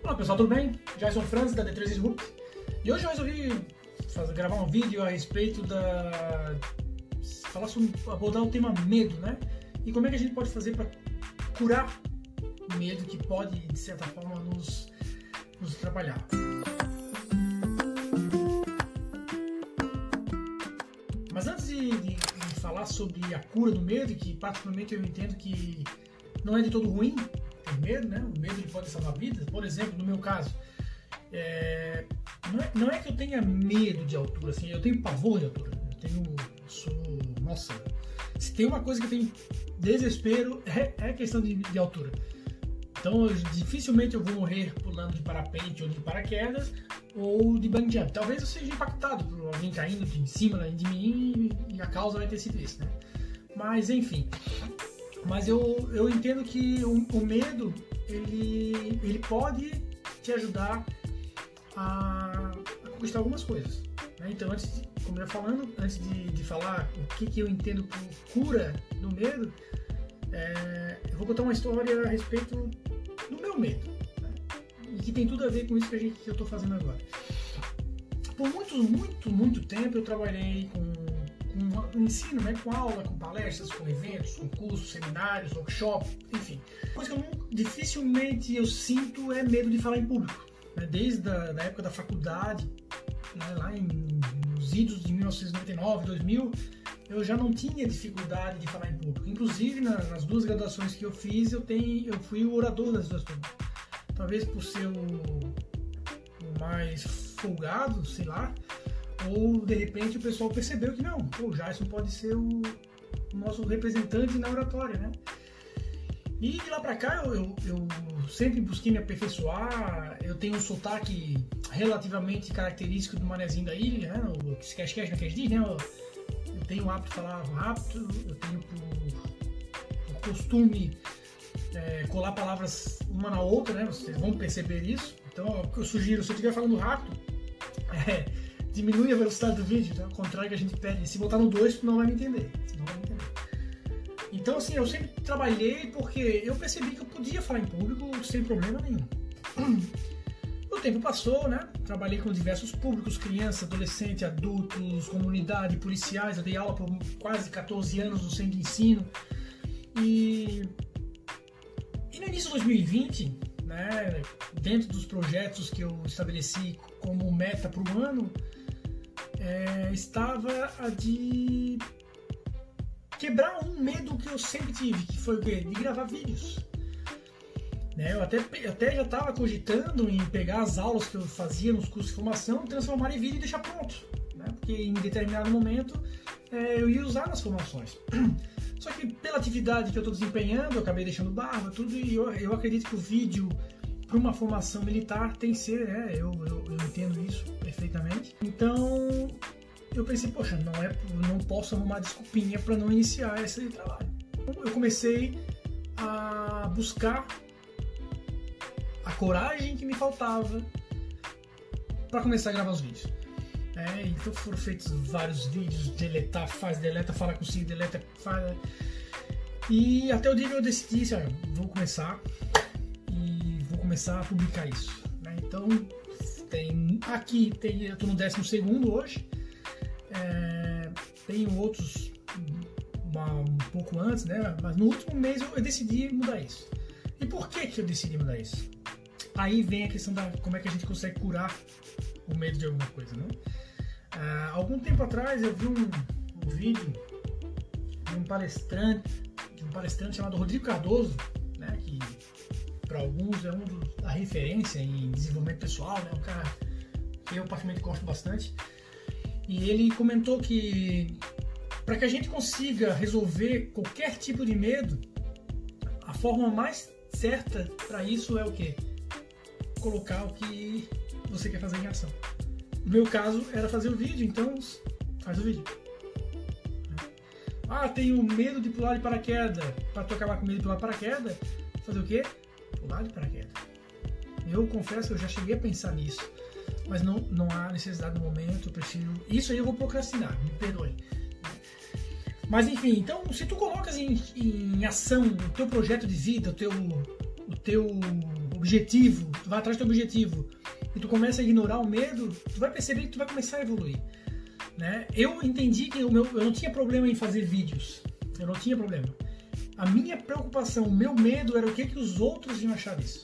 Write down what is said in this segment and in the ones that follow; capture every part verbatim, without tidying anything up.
Olá pessoal, tudo bem? Jason Franz da D três Disrupt. E hoje eu resolvi fazer, gravar um vídeo a respeito da... falar sobre, abordar o tema medo, né? E como é que a gente pode fazer para curar o medo que pode, de certa forma, nos, nos atrapalhar. Mas antes de, de, de falar sobre a cura do medo, que particularmente eu entendo que não é de todo ruim ter medo, né? O medo ele pode salvar vidas. Por exemplo, no meu caso, é... Não, é, não é que eu tenha medo de altura, assim, eu tenho pavor de altura. Eu tenho, eu sou, nossa, se tem uma coisa que eu tenho desespero é, é a questão de, de altura. Então, eu, dificilmente eu vou morrer pulando de parapente ou de paraquedas ou de bungee jump. Talvez eu seja impactado por alguém caindo de em cima de mim e a causa vai ter sido isso, né? Mas, enfim. Mas eu, eu entendo que o, o medo, ele, ele pode te ajudar a, a conquistar algumas coisas, né? Então, antes de, como eu ia falando, antes de, de falar o que, que eu entendo por cura do medo, é, eu vou contar uma história a respeito do meu medo, né? E que tem tudo a ver com isso que, a gente, que eu estou fazendo agora. Por muito, muito, muito tempo eu trabalhei com, com ensino, né? Com aula, com palestras, com eventos, com cursos, seminários, workshops, enfim. Coisa que eu não, dificilmente eu sinto é medo de falar em público. Desde a da época da faculdade, né, lá em, nos idos de mil novecentos e noventa e nove, dois mil, eu já não tinha dificuldade de falar em público. Inclusive, na, nas duas graduações que eu fiz, eu, tenho, eu fui o orador das duas turmas. Talvez por ser o, o mais folgado, sei lá, ou de repente o pessoal percebeu que não, pô, o Jason pode ser o, o nosso representante na oratória, né? E de lá pra cá eu, eu, eu sempre busquei me aperfeiçoar. Eu tenho um sotaque relativamente característico do manezinho da ilha, né? O que se quer, esquece, não quer dizer, né? Eu, eu tenho o hábito de falar rápido, eu tenho por, por costume é, colar palavras uma na outra, né? Vocês vão perceber isso. Então, o que eu sugiro, se eu estiver falando rápido, é, diminui a velocidade do vídeo, né? Ao contrário que a gente pede. Se botar no dois, não vai me entender. Não vai me entender. Então, assim, eu sempre trabalhei porque eu percebi que eu podia falar em público sem problema nenhum. O tempo passou, né? Trabalhei com diversos públicos, crianças, adolescentes, adultos, comunidade, policiais. Eu dei aula por quase quatorze anos no centro de ensino. E, e no início de dois mil e vinte, né, dentro dos projetos que eu estabeleci como meta para o ano, é, estava a de... quebrar um medo que eu sempre tive, que foi o quê? De gravar vídeos. Né? Eu até, até já estava cogitando em pegar as aulas que eu fazia nos cursos de formação, transformar em vídeo e deixar pronto. Né? Porque em determinado momento é, eu ia usar nas formações. Só que pela atividade que eu estou desempenhando, eu acabei deixando barba, tudo, e eu, eu acredito que o vídeo para uma formação militar tem que ser, né? eu, eu, eu entendo isso perfeitamente. Então... eu pensei, poxa, não, é, não posso arrumar desculpinha para não iniciar esse trabalho. Eu comecei a buscar a coragem que me faltava para começar a gravar os vídeos. É, então foram feitos vários vídeos, deletar, faz, deleta, fala consigo, deleta, faz. E até o dia que eu decidi, assim, olha, vou começar e vou começar a publicar isso. Né? Então, tem, aqui tem, eu estou no décimo segundo hoje. É, tenho outros uma, um pouco antes, né? Mas no último mês eu, eu decidi mudar isso. E por que que eu decidi mudar isso? Aí vem a questão da como é que a gente consegue curar o medo de alguma coisa, né? Ah, algum tempo atrás eu vi um, um vídeo de um palestrante, de um palestrante chamado Rodrigo Cardoso, né? Que para alguns é um dos, a referência em desenvolvimento pessoal, né? Um cara que eu particularmente gosto bastante. E ele comentou que para que a gente consiga resolver qualquer tipo de medo, a forma mais certa para isso é o quê? Colocar o que você quer fazer em ação. No meu caso era fazer o vídeo, então faz o vídeo. Ah, tenho medo de pular de paraquedas. Para tu acabar com medo de pular de paraquedas, fazer o quê? Pular de paraquedas. Eu confesso que eu já cheguei a pensar nisso. Mas não, não há necessidade no momento, eu prefiro... Isso aí eu vou procrastinar, me perdoe. Mas enfim, então se tu colocas em, em ação o teu projeto de vida, o teu, o teu objetivo, tu vai atrás do teu objetivo e tu começa a ignorar o medo, tu vai perceber que tu vai começar a evoluir, né? Eu entendi que o meu, eu não tinha problema em fazer vídeos, eu não tinha problema. A minha preocupação, o meu medo era o que, que os outros iam achar disso.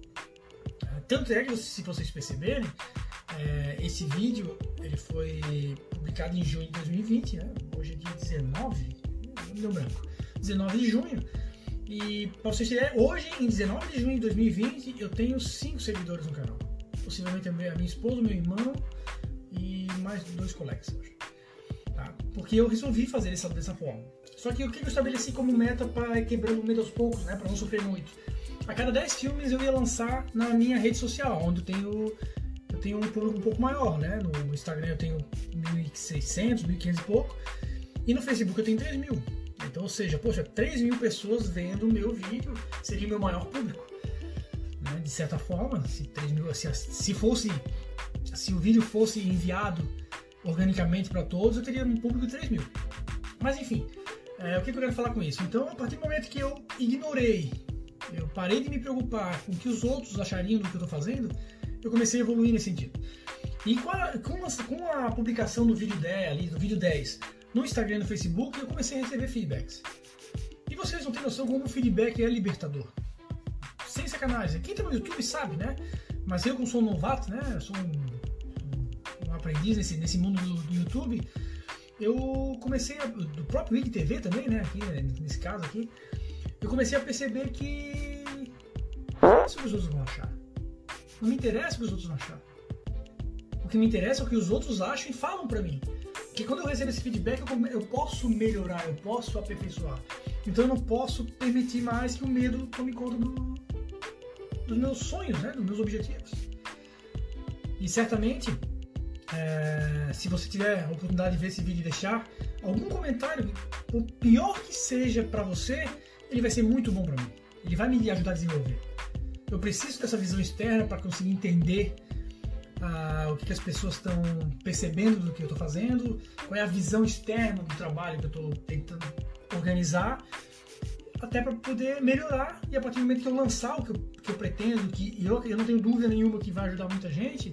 Tanto é que, se vocês perceberem, é, esse vídeo ele foi publicado em junho de dois mil e vinte, né? Hoje é dia dezenove, não me deu branco, dezenove de junho. E para vocês terem, hoje, em dezenove de junho de dois mil e vinte, eu tenho cinco seguidores no canal. Possivelmente a minha esposa, meu irmão e mais dois colegas. Tá? Porque eu resolvi fazer isso dessa forma. Só que o que eu estabeleci como meta para ir quebrando o medo aos poucos, né? Para não sofrer muito. A cada dez filmes eu ia lançar na minha rede social, onde eu tenho, eu tenho um público um pouco maior, né? No Instagram eu tenho mil e seiscentos, mil e quinhentos e pouco. E no Facebook eu tenho três mil. Então, ou seja, poxa, três mil pessoas vendo o meu vídeo seria o meu maior público. Né? De certa forma, se três mil, se, se fosse, se o vídeo fosse enviado organicamente para todos, eu teria um público de três mil. Mas enfim, é, o que eu quero falar com isso? Então, a partir do momento que eu ignorei, eu parei de me preocupar com o que os outros achariam do que eu estou fazendo, eu comecei a evoluir nesse sentido. E com a, com a, com a publicação do vídeo dez, ali, do vídeo dez, no Instagram e no Facebook, eu comecei a receber feedbacks. E vocês não têm noção como o feedback é libertador. Sem sacanagem. Quem está no YouTube sabe, né? Mas eu, como sou um novato, né? Eu sou um, um aprendiz nesse, nesse mundo do, do YouTube. Eu comecei, a, do próprio I G T V também, né? Aqui, nesse caso aqui. Eu comecei a perceber que não interessa o que os outros vão achar. Não me interessa o que os outros vão achar. O que me interessa é o que os outros acham e falam pra mim. Porque quando eu recebo esse feedback, eu, eu posso melhorar, eu posso aperfeiçoar. Então eu não posso permitir mais que o medo tome conta do, dos meus sonhos, né? Dos meus objetivos. E certamente, é, se você tiver a oportunidade de ver esse vídeo e deixar algum comentário, por pior que seja pra você, ele vai ser muito bom para mim. Ele vai me ajudar a desenvolver. Eu preciso dessa visão externa para conseguir entender ah, o que, que as pessoas estão percebendo do que eu estou fazendo, qual é a visão externa do trabalho que eu estou tentando organizar, até para poder melhorar. E a partir do momento que eu lançar o que eu, que eu pretendo, que eu, eu não tenho dúvida nenhuma que vai ajudar muita gente,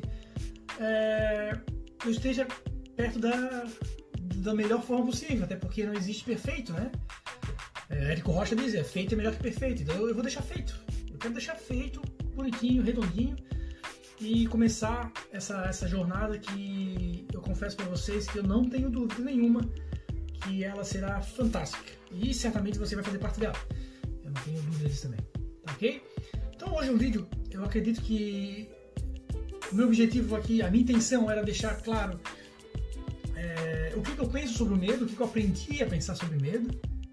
é, eu esteja perto da, da melhor forma possível, até porque não existe perfeito, né? É, Érico Rocha diz, é feito é melhor que perfeito, então eu, eu vou deixar feito. Eu quero deixar feito, bonitinho, redondinho, e começar essa, essa jornada que eu confesso para vocês que eu não tenho dúvida nenhuma que ela será fantástica. E certamente você vai fazer parte dela. Eu não tenho dúvida disso também. Tá ok? Então hoje um vídeo, eu acredito que o meu objetivo aqui, a minha intenção era deixar claro é, o que, que eu penso sobre o medo, o que, que eu aprendi a pensar sobre medo.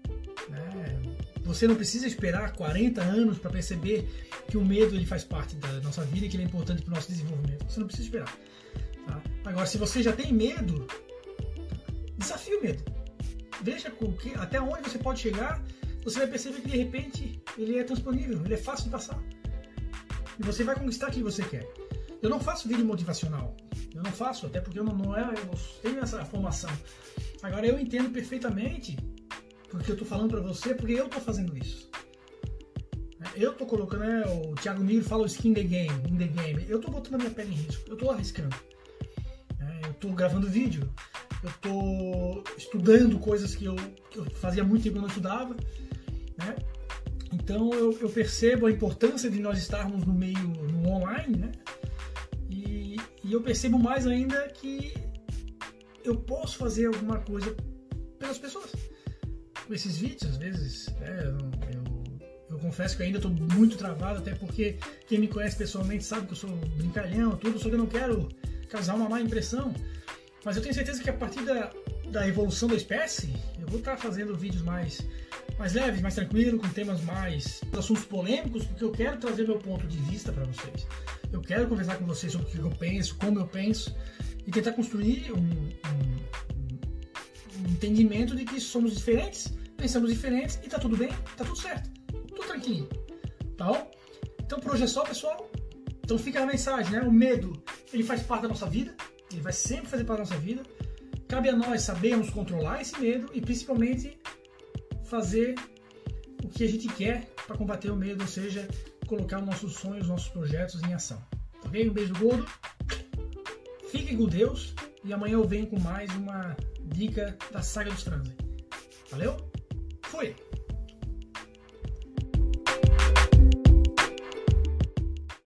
Você não precisa esperar quarenta anos para perceber que o medo ele faz parte da nossa vida e que ele é importante para o nosso desenvolvimento. Você não precisa esperar. Tá? Agora, se você já tem medo, desafie o medo. Veja com que, até onde você pode chegar. Você vai perceber que de repente ele é transponível, ele é fácil de passar. E você vai conquistar o que você quer. Eu não faço vídeo motivacional. Eu não faço, até porque eu não, não, é, eu não tenho essa formação. Agora, eu entendo perfeitamente porque eu tô falando pra você, porque eu tô fazendo isso. Eu tô colocando, né, o Thiago Miro fala o skin the game, in the game. Eu tô botando a minha pele em risco, eu tô arriscando. Eu tô gravando vídeo, eu tô estudando coisas que eu, que eu fazia muito tempo que eu não estudava. Né? Então eu, eu percebo a importância de nós estarmos no meio, no online, né? E, e eu percebo mais ainda que eu posso fazer alguma coisa pelas pessoas. Com esses vídeos, às vezes, né, eu, eu, eu confesso que ainda estou muito travado, até porque quem me conhece pessoalmente sabe que eu sou brincalhão, tudo, só que eu não quero causar uma má impressão. Mas eu tenho certeza que a partir da, da evolução da espécie, eu vou estar fazendo vídeos mais, mais leves, mais tranquilos, com temas mais, assuntos polêmicos, porque eu quero trazer meu ponto de vista para vocês. Eu quero conversar com vocês sobre o que eu penso, como eu penso, e tentar construir um, um, um entendimento de que somos diferentes, pensamos diferentes e tá tudo bem, tá tudo certo, tudo tranquilo, tá bom? Então por hoje é só, pessoal. Então fica a mensagem, né? O medo, ele faz parte da nossa vida, ele vai sempre fazer parte da nossa vida. Cabe a nós sabermos controlar esse medo e principalmente fazer o que a gente quer para combater o medo, ou seja, colocar os nossos sonhos, os nossos projetos em ação. Ok? Um beijo gordo. Fiquem com Deus. E amanhã eu venho com mais uma dica da saga dos transes. Valeu? Fui!